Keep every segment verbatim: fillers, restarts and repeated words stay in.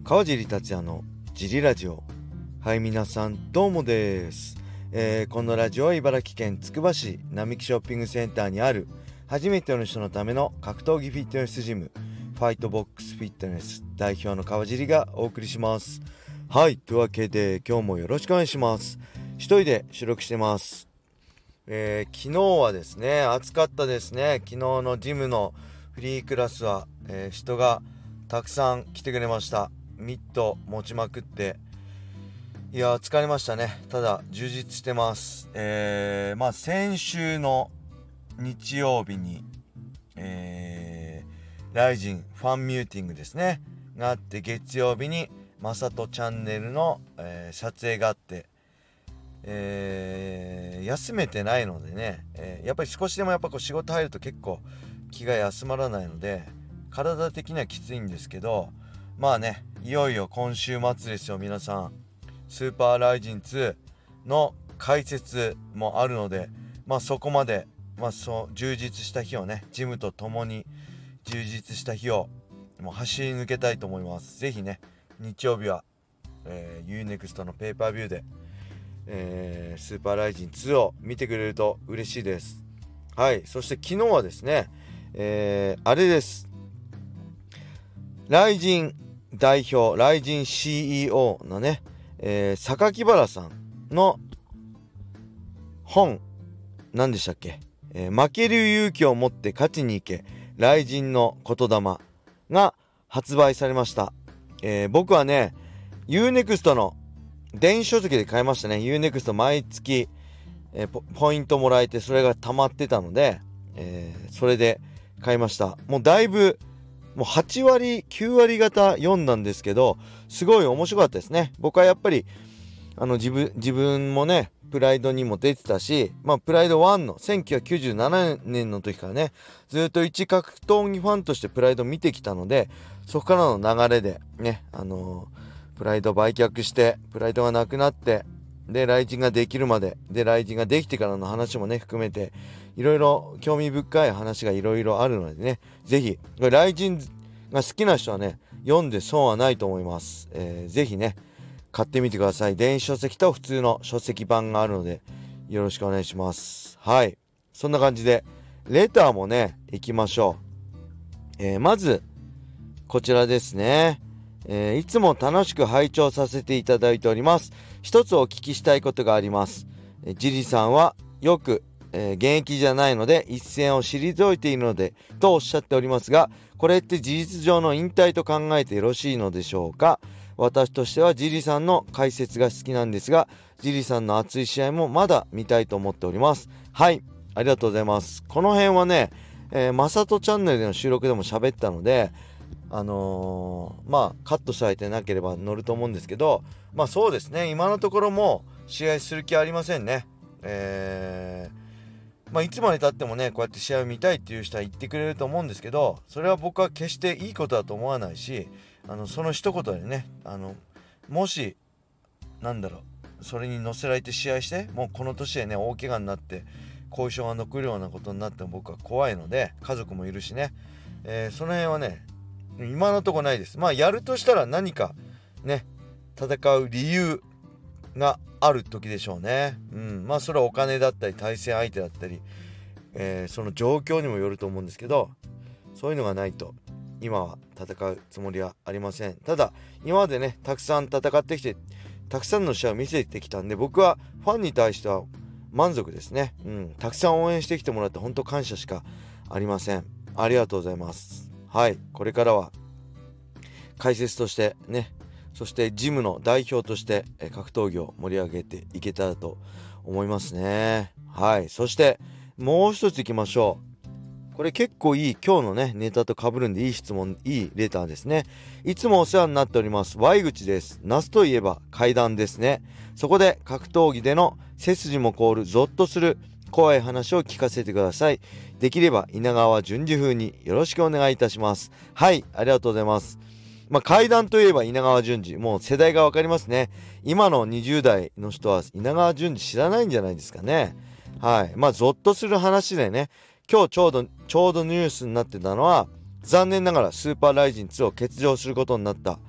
川尻達也のジリラジオ。はい、皆さんどうもです、えー、このラジオは茨城県つくば市並木ショッピングセンターにある初めての人のための格闘技フィットネスジム、ファイトボックスフィットネス代表の川尻がお送りします。はい、というわけで今日もよろしくお願いします。一人で収録してます。えー、昨日はですね、暑かったですね。昨日のジムのフリークラスは、えー、人がたくさん来てくれました。ミット持ちまくって、いやー疲れましたね。ただ充実してます。えー、まあ先週の日曜日に、えー、ライジンファンミューティングですねがあって、月曜日にまさとチャンネルの、えー、撮影があって、えー、休めてないのでね、えー、やっぱり少しでもやっぱこう仕事入ると結構気が休まらないので体的にはきついんですけど、まあね、いよいよ今週末ですよ。皆さんスーパーライジンツーの解説もあるので、まあそこまで、まあ、そう充実した日をね、ジムとともに充実した日をもう走り抜けたいと思います。ぜひね、日曜日は、えー、ユーネクストのペーパービューで、えー、スーパーライジンツーを見てくれると嬉しいです。はい、そして昨日はですね、えー、あれです。ライジン代表、ライジン シーイーオー のね、えー、榊原さんの本、何でしたっけ、えー、負ける勇気を持って勝ちに行け、ライジンの言霊が発売されました。えー、僕はね、ユーネクストの電子書籍で買いましたね。ユーネクスト毎月、えー、ポ, ポイントもらえて、それが溜まってたので、えー、それで買いました。もうだいぶもうはちわりきゅうわり方読んだんですけど、すごい面白かったですね。僕はやっぱりあの自分自分もね、プライドにも出てたし、まあプライドワンのせんきゅうひゃくきゅうじゅうななねんの時からね、ずっと一格闘技ファンとしてプライド見てきたので、そこからの流れでね、あのー、プライド売却して、プライドがなくなって、でライジンができるまで、でライジンができてからの話もね含めて、いろいろ興味深い話がいろいろあるのでね、ぜひライジンが好きな人はね、読んで損はないと思います。えー、ぜひね買ってみてください。電子書籍と普通の書籍版があるのでよろしくお願いします。はい、そんな感じでレターもね行きましょう。えー、まずこちらですね。えー、いつも楽しく拝聴させていただいております。一つお聞きしたいことがあります。えー、ジリさんはよく、えー、現役じゃないので一線を退いているのでとおっしゃっておりますが、これって事実上の引退と考えてよろしいのでしょうか。私としてはジリさんの解説が好きなんですが、ジリさんの熱い試合もまだ見たいと思っております。はい、ありがとうございます。この辺はね、えー、まさとチャンネルでの収録でも喋ったので、あのー、まあカットされてなければ載ると思うんですけど、まあそうですね、今のところも試合する気はありませんね。えー、まあいつまでたってもね、こうやって試合を見たいっていう人は言ってくれると思うんですけど、それは僕は決していいことだと思わないし、あのその一言でね、あのもしなんだろう、それに乗せられて試合して、もうこの年でね大怪我になって後遺症が残るようなことになっても僕は怖いので、家族もいるしね、えー、その辺はね今のところないです。まあやるとしたら何かね戦う理由がある時でしょうね。うん、まあそれはお金だったり対戦相手だったり、えー、その状況にもよると思うんですけど、そういうのがないと今は戦うつもりはありません。ただ今までねたくさん戦ってきて、たくさんの試合を見せてきたんで、僕はファンに対しては満足ですね。うん、たくさん応援してきてもらって本当感謝しかありません。ありがとうございます。はい、これからは解説としてね、そしてジムの代表として格闘技を盛り上げていけたらと思いますね。はい、そしてもう一ついきましょう。これ結構いい、今日のねネタと被るんでいい質問、いいレターですね。いつもお世話になっております Y 口です。夏といえば怪談ですね。そこで格闘技での背筋も凍るゾッとする怖い話を聞かせてください。できれば稲川淳二風によろしくお願いいたします。はい、ありがとうございます。まあ怪談といえば稲川淳二、もう世代がわかりますね。今のにじゅう代の人は稲川淳二知らないんじゃないですかね。はい、まあゾッとする話でね、今日ちょうどちょうどニュースになってたのは、残念ながらスーパーライジンツーを欠場することになった、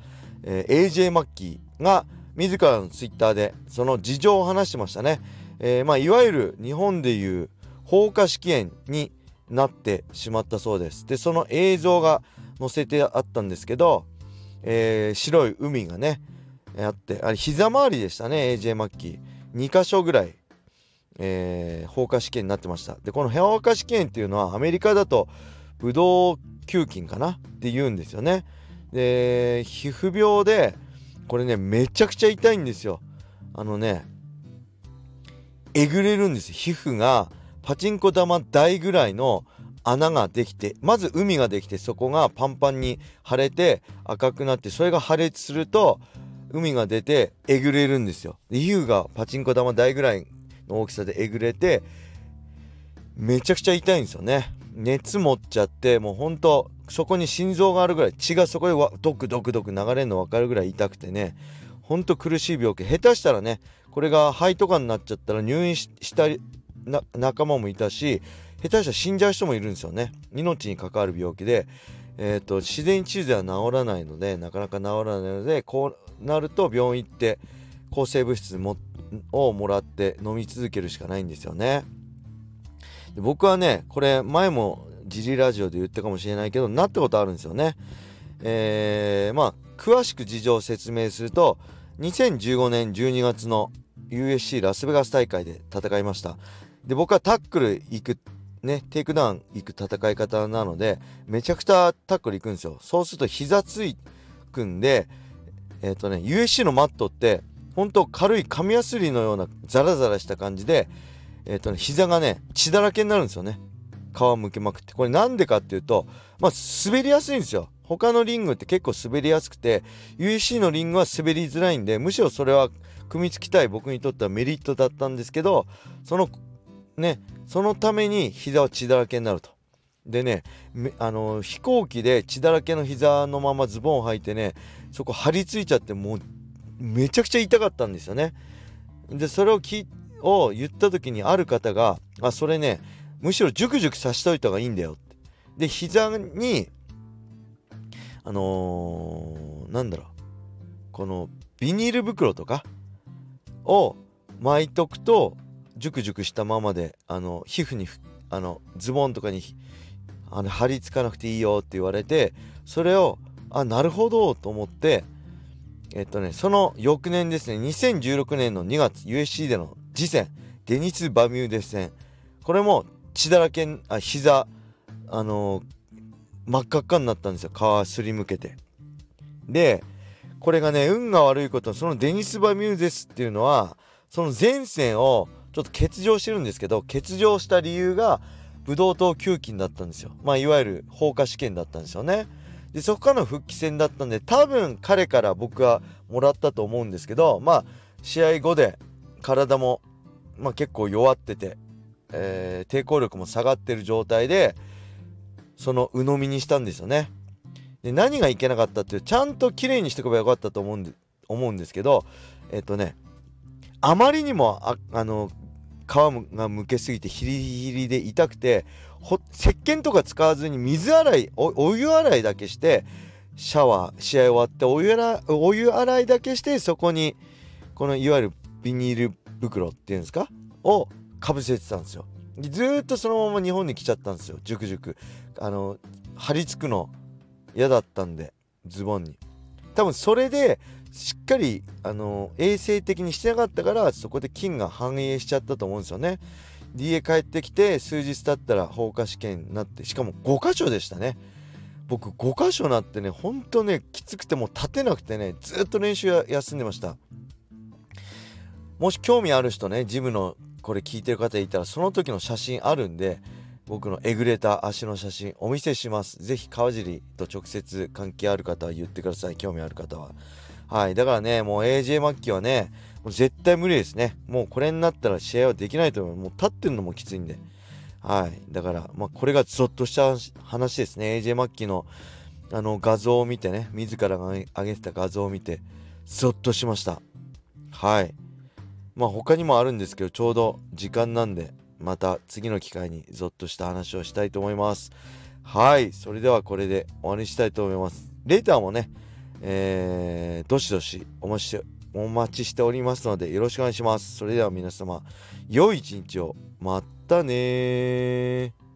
えー、エージェー マッキーが自らのツイッターでその事情を話してましたね。えー、まあいわゆる日本でいう放火試験になってしまったそうです。でその映像が載せてあったんですけど、えー、白い海がねあって、あれ膝周りでしたね。 エージェー マッキーにかしょぐらい、えー、放火試験になってました。でこの放火試験っていうのはアメリカだとブドウ球菌かなって言うんですよね。で皮膚病でこれねめちゃくちゃ痛いんですよ。あのねえぐれるんですよ。皮膚がパチンコ玉大ぐらいの穴ができて、まず海ができて、そこがパンパンに腫れて赤くなって、それが破裂すると海が出てえぐれるんですよ。で皮膚がパチンコ玉大ぐらいの大きさでえぐれてめちゃくちゃ痛いんですよね。熱持っちゃって、もうほんとそこに心臓があるぐらい、血がそこでドクドクドク流れるの分かるぐらい痛くてね、ほんと苦しい病気。下手したらねこれが肺とかになっちゃったら入院したりな仲間もいたし、下手したら死んじゃう人もいるんですよね。命に関わる病気で、えーと、自然治癒では治らないので、なかなか治らないので、こうなると病院行って抗生物質もをもらって飲み続けるしかないんですよね。で僕はねこれ前もジリラジオで言ったかもしれないけどなったことあるんですよね。えー、まあ詳しく事情を説明すると、にせんじゅうごねんじゅうにがつの ユーエフシー ラスベガス大会で戦いました。で僕はタックル行くねテイクダウン行く戦い方なので、めちゃくちゃタックル行くんですよ。そうすると膝ついくんで、えっとね ユーエフシー のマットってほんと軽い紙やすりのようなザラザラした感じで、えっとね膝がね血だらけになるんですよね。皮むけまくって。これなんでかっていうと、まあ滑りやすいんですよ。他のリングって結構滑りやすくて ユーエフシー のリングは滑りづらいんで、むしろそれは組みつきたい僕にとってはメリットだったんですけど、そのねそのために膝は血だらけになると。でねあの飛行機で血だらけの膝のままズボンを履いてね、そこ張り付いちゃってもうめちゃくちゃ痛かったんですよね。でそれをきを言った時にある方が、あそれねむしろジュクジュクさしといた方がいいんだよって。で膝にあのー、なんだろうこのビニール袋とかを巻いとくとジュクジュクしたままであの皮膚にあのズボンとかにあの張り付かなくていいよって言われて、それをあなるほどと思って、えっとねその翌年ですねにせんじゅうろくねんのにがつ ユーエフシー での次戦デニス・バミューデス戦、これも血だらけあ膝あのー、真っ赤っかになったんですよ。皮すりむけて。でこれがね運が悪いこと、そのデニス・バミューデスっていうのはその前線をちょっと欠場してるんですけど、欠場した理由がブドウ糖球菌だったんですよ。まあいわゆる放火試験だったんですよね。でそこからの復帰戦だったんで、多分彼から僕はもらったと思うんですけど、まあ試合後で体も、まあ、結構弱ってて、えー、抵抗力も下がってる状態でその鵜呑みにしたんですよね。で何がいけなかったっていう、ちゃんと綺麗にしておけばよかったと思うんで思うんですけど、えっとねあまりにもああの皮がむけすぎてヒリヒリで痛くて、ほ石鹸とか使わずに水洗い お, お湯洗いだけして、シャワー試合終わってお湯洗いお湯洗いだけして、そこにこのいわゆるビニール袋っていうんですかをかぶせてたんですよ。でずーっとそのまま日本に来ちゃったんですよ。ジュクジュクあの張り付くの嫌だったんでズボンに。多分それでしっかりあの衛生的にしてなかったから、そこで菌が反映しちゃったと思うんですよね。で家帰ってきて数日経ったら放火試験になって、しかもごかしょでしたね。僕ごかしょなってね、ほんとねきつくてもう立てなくてね、ずっと練習や休んでました。もし興味ある人ね、ジムのこれ聞いてる方いたら、その時の写真あるんで、僕のえぐれた足の写真お見せします。ぜひ川尻と直接関係ある方は言ってください。興味ある方は。はい、だからねもう エージェー マッキーはねもう絶対無理ですね。もうこれになったら試合はできないと思う。もう立ってるのもきついんで。はい、だからまあこれがゾッとした話ですね。 エージェー マッキーのあの画像を見てね、自らが上げてた画像を見てゾッとしました。はい、まあ他にもあるんですけど、ちょうど時間なんでまた次の機会にゾッとした話をしたいと思います。はい、それではこれで終わりにしたいと思います。レーターもねえー、どしどしお待ちしてお待ちしておりますのでよろしくお願いします。それでは皆様良い一日を。またねー。